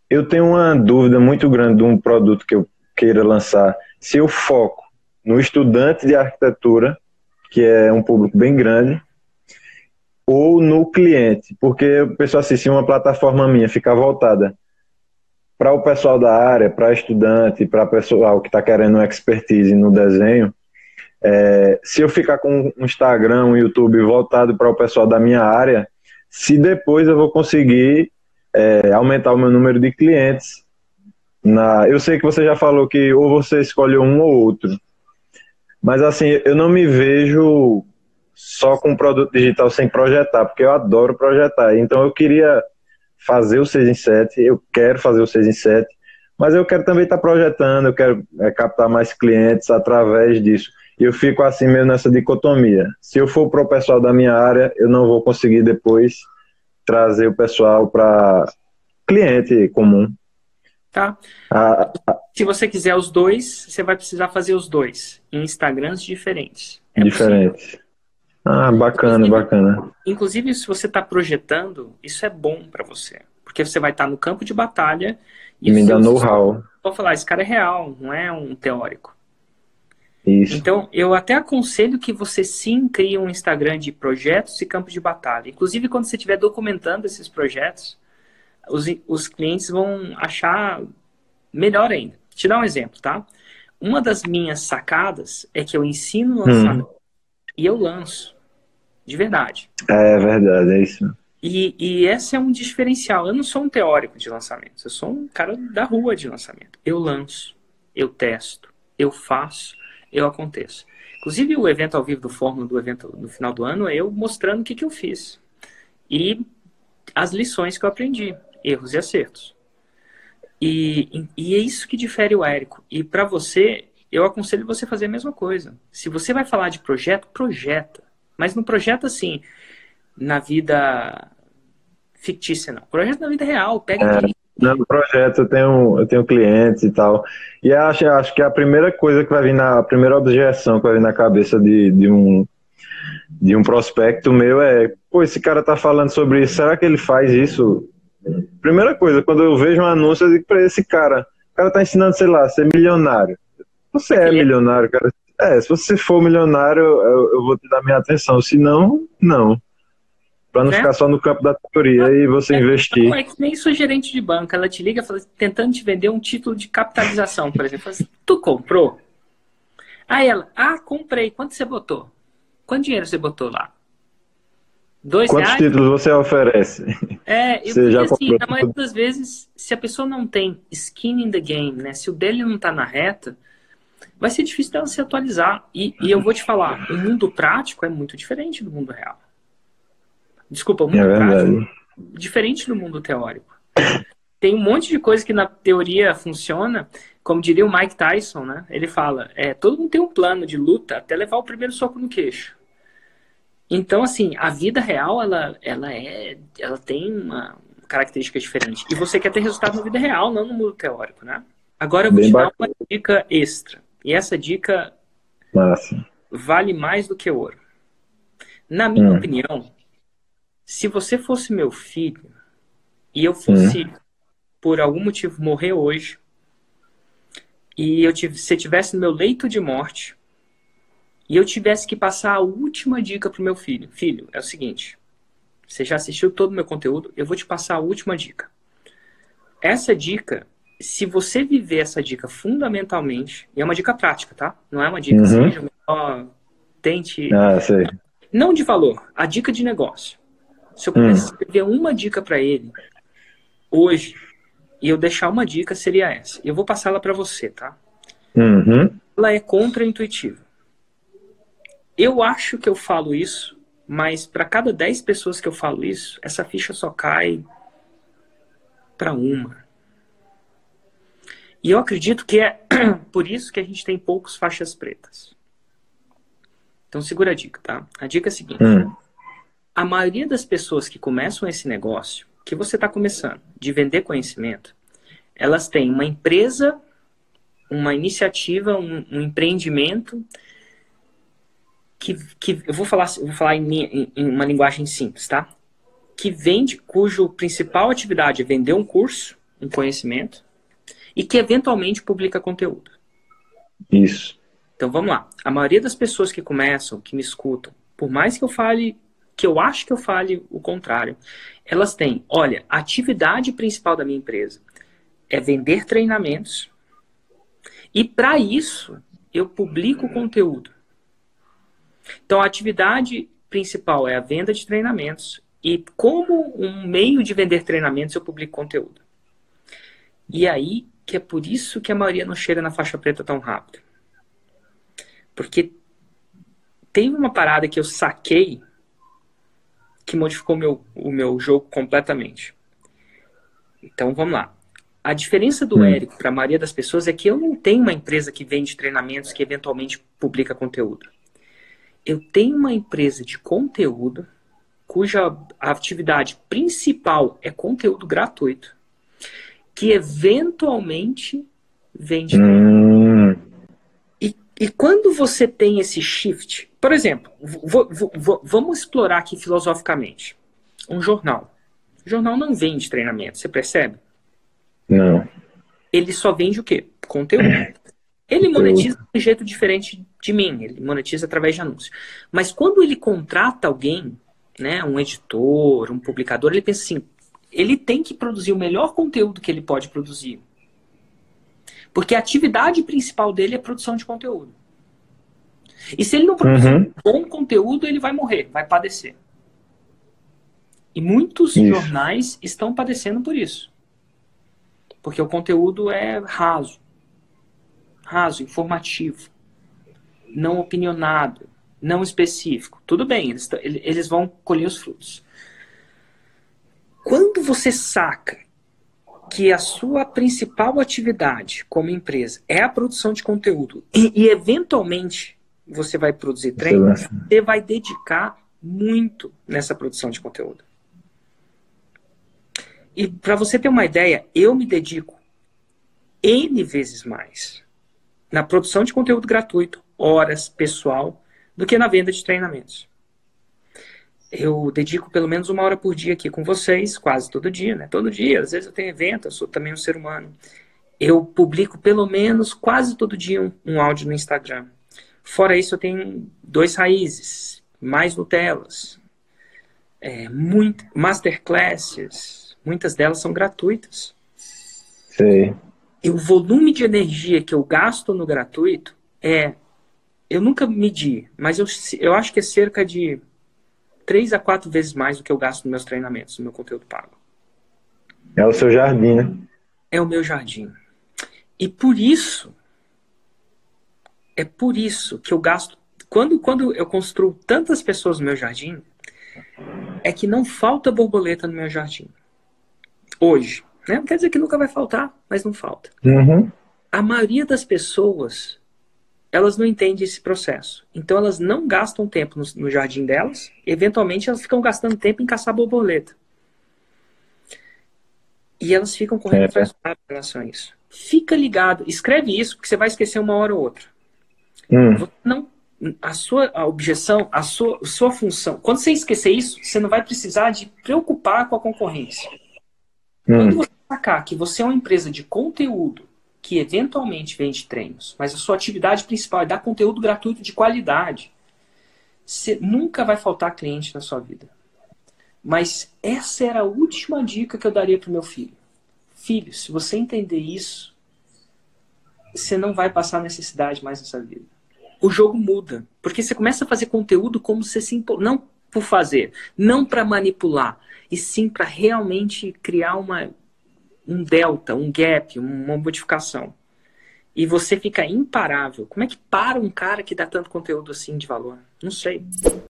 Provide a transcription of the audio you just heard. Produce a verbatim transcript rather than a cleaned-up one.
eu tenho uma dúvida muito grande de um produto que eu queira lançar. Se eu foco no estudante de arquitetura, que é um público bem grande, ou no cliente, porque o pessoal assim, se uma plataforma minha ficar voltada para o pessoal da área, para estudante, para pessoal que está querendo expertise no desenho, é, se eu ficar com um Instagram, um YouTube voltado para o pessoal da minha área, se depois eu vou conseguir é, aumentar o meu número de clientes. Na, eu sei que você já falou que ou você escolhe um ou outro, mas assim, eu não me vejo só com produto digital sem projetar, porque eu adoro projetar. Então eu queria fazer o seis em sete, eu quero fazer o seis em sete, mas eu quero também estar projetando, eu quero é, captar mais clientes através disso. E eu fico assim meio nessa dicotomia. Se eu for para o pessoal da minha área, eu não vou conseguir depois trazer o pessoal para cliente comum. Tá? Ah, Se você quiser os dois, você vai precisar fazer os dois em Instagrams diferentes. É possível. diferente. Ah, bacana, Inclusive, bacana. inclusive se você está projetando, isso é bom para você. Porque você vai estar no campo de batalha e os Me dá seus know-how. vão falar, esse cara é real, não é um teórico. Isso. Então, eu até aconselho que você sim crie um Instagram de projetos e campo de batalha. Inclusive, quando você estiver documentando esses projetos, os, os clientes vão achar melhor ainda. Vou te dar um exemplo, tá? Uma das minhas sacadas é que eu ensino Hum, lançamento e eu lanço, de verdade. é verdade, é isso. E, e esse é um diferencial. Eu não sou um teórico de lançamentos, eu sou um cara da rua de lançamento. Eu lanço, eu testo, eu faço, eu aconteço. Inclusive o evento ao vivo do Fórmula, do evento no final do ano, é eu mostrando o que, que eu fiz. E as lições que eu aprendi, erros e acertos. E, e é isso que difere o Érico. E para você, eu aconselho você fazer a mesma coisa. Se você vai falar de projeto, projeta. Mas não projeta assim, na vida fictícia, não. Projeta na vida real. Pega aquele... No projeto eu tenho, eu tenho clientes e tal. E acho, acho que a primeira coisa que vai vir na, a primeira objeção que vai vir na cabeça de, de um, de um prospecto meu é, pô, esse cara tá falando sobre isso, será que ele faz isso? Primeira coisa, quando eu vejo um anúncio, eu digo pra esse cara, o cara tá ensinando, sei lá, a ser milionário. Você É é que é. milionário, cara. É, se você for milionário, eu, eu vou te dar minha atenção. Se não, não. Pra não Né? ficar só no campo da teoria e você É, não, investir. é que nem sua gerente de banco. Ela te liga fala, tentando te vender um título de capitalização, por exemplo. Fala assim, tu comprou? Aí ela, ah, comprei. Quanto você botou? Quanto dinheiro você botou lá? Dois Quantos reais? títulos você oferece? É, eu, Você porque já assim, comprou na maioria tudo? das vezes, se a pessoa não tem skin in the game, né? Se o dele não tá na reta, vai ser difícil dela se atualizar. E, e eu vou te falar, o mundo prático é muito diferente do mundo real. Desculpa, o É mundo prático verdade. é diferente do mundo teórico. Tem um monte de coisa que na teoria funciona, como diria o Mike Tyson, né? Ele fala, é, todo mundo tem um plano de luta até levar o primeiro soco no queixo. Então, assim, a vida real, ela, ela, é, ela tem uma característica diferente. E você quer ter resultado na vida real, não no mundo teórico, né? Agora eu vou Bem te dar uma bacana. dica extra. E essa dica Massa. vale mais do que ouro. Na minha Hum, opinião, se você fosse meu filho e eu hum, fosse, por algum motivo, morrer hoje, e eu tive, se eu tivesse no meu leito de morte, e eu tivesse que passar a última dica pro meu filho. Filho, é o seguinte, você já assistiu todo o meu conteúdo, eu vou te passar a última dica. Essa dica, se você viver essa dica fundamentalmente, e é uma dica prática, tá? Não é uma dica, uhum. seja melhor, tente... Ah, sei. Não de valor, a dica de negócio. Se eu pudesse Hum, escrever uma dica para ele, hoje, e eu deixar uma dica, seria essa. Eu vou passar ela para você, tá? uhum. Ela é contra-intuitiva. Eu acho que eu falo isso, mas para cada dez pessoas que eu falo isso, essa ficha só cai para uma. E eu acredito que é por isso que a gente tem poucos faixas pretas. Então segura a dica, tá? A dica é a seguinte. Hum, A maioria das pessoas que começam esse negócio, que você está começando, de vender conhecimento, elas têm uma empresa, uma iniciativa, um, um empreendimento que, que eu vou falar, eu vou falar em, em, em uma linguagem simples, tá? Que vende, cujo principal atividade é vender um curso um conhecimento e que eventualmente publica conteúdo. Isso. Então vamos lá. A maioria das pessoas que começam, que me escutam, por mais que eu fale, que eu acho que eu fale o contrário, elas têm, olha, a atividade principal da minha empresa é vender treinamentos e para isso eu publico conteúdo. Então a atividade principal é a venda de treinamentos e como um meio de vender treinamentos eu publico conteúdo. E aí que é por isso que a maioria não chega na faixa preta tão rápido. Porque tem uma parada que eu saquei que modificou meu, o meu jogo completamente. Então vamos lá. A diferença do hum. Érico para a maioria das pessoas é que eu não tenho uma empresa que vende treinamentos que eventualmente publica conteúdo. Eu tenho uma empresa de conteúdo cuja atividade principal é conteúdo gratuito que eventualmente vende hum. e, e quando você tem esse shift, por exemplo, vou, vou, vou, vamos explorar aqui filosoficamente um jornal. O jornal não vende treinamento, você percebe? Não. Ele só vende o quê? Conteúdo. Ele monetiza de um jeito diferente de mim, ele monetiza através de anúncios. Mas quando ele contrata alguém, né, um editor, um publicador, ele pensa assim, ele tem que produzir o melhor conteúdo que ele pode produzir. Porque a atividade principal dele é produção de conteúdo. E se ele não produzir uhum. bom conteúdo, ele vai morrer, vai padecer. E muitos isso. jornais estão padecendo por isso. Porque o conteúdo é raso. Raso, informativo. Não opinionado. Não específico. Tudo bem, eles, eles vão colher os frutos. Quando você saca que a sua principal atividade como empresa é a produção de conteúdo e, e eventualmente você vai produzir treino, você vai dedicar muito nessa produção de conteúdo. E para você ter uma ideia, eu me dedico N vezes mais na produção de conteúdo gratuito, horas, pessoal, do que na venda de treinamentos. Eu dedico pelo menos uma hora por dia aqui com vocês, quase todo dia, né? Todo dia, às vezes eu tenho evento, eu sou também um ser humano. Eu publico pelo menos quase todo dia um, um áudio no Instagram. Fora isso, eu tenho dois raízes, mais Nutelas, é, muito, masterclasses, muitas delas são gratuitas. Sei. E o volume de energia que eu gasto no gratuito é, eu nunca medi, mas eu, eu acho que é cerca de três a quatro vezes mais do que eu gasto nos meus treinamentos, no meu conteúdo pago. É o seu jardim, né? É o meu jardim. E por isso, é por isso que eu gasto, quando, quando eu construo tantas pessoas no meu jardim, é que não falta borboleta no meu jardim. Hoje. Né? Não quer dizer que nunca vai faltar, mas não falta. Uhum. A maioria das pessoas, elas não entendem esse processo. Então elas não gastam tempo no, no jardim delas, eventualmente elas ficam gastando tempo em caçar borboleta. E elas ficam correndo é. atrás em relação a isso. Fica ligado, escreve isso, porque você vai esquecer uma hora ou outra. Hum. Você não, a sua a objeção, a sua, a sua função, quando você esquecer isso, você não vai precisar de preocupar com a concorrência. Hum. Quando você sacar que você é uma empresa de conteúdo que eventualmente vende treinos, mas a sua atividade principal é dar conteúdo gratuito de qualidade, você nunca vai faltar cliente na sua vida. Mas essa era a última dica que eu daria para o meu filho. Filho, se você entender isso, você não vai passar necessidade mais nessa vida. O jogo muda, porque você começa a fazer conteúdo como você se impor, não por fazer, não para manipular, e sim para realmente criar uma um delta, um gap, uma modificação. E você fica imparável. Como é que para um cara que dá tanto conteúdo assim de valor? Não sei.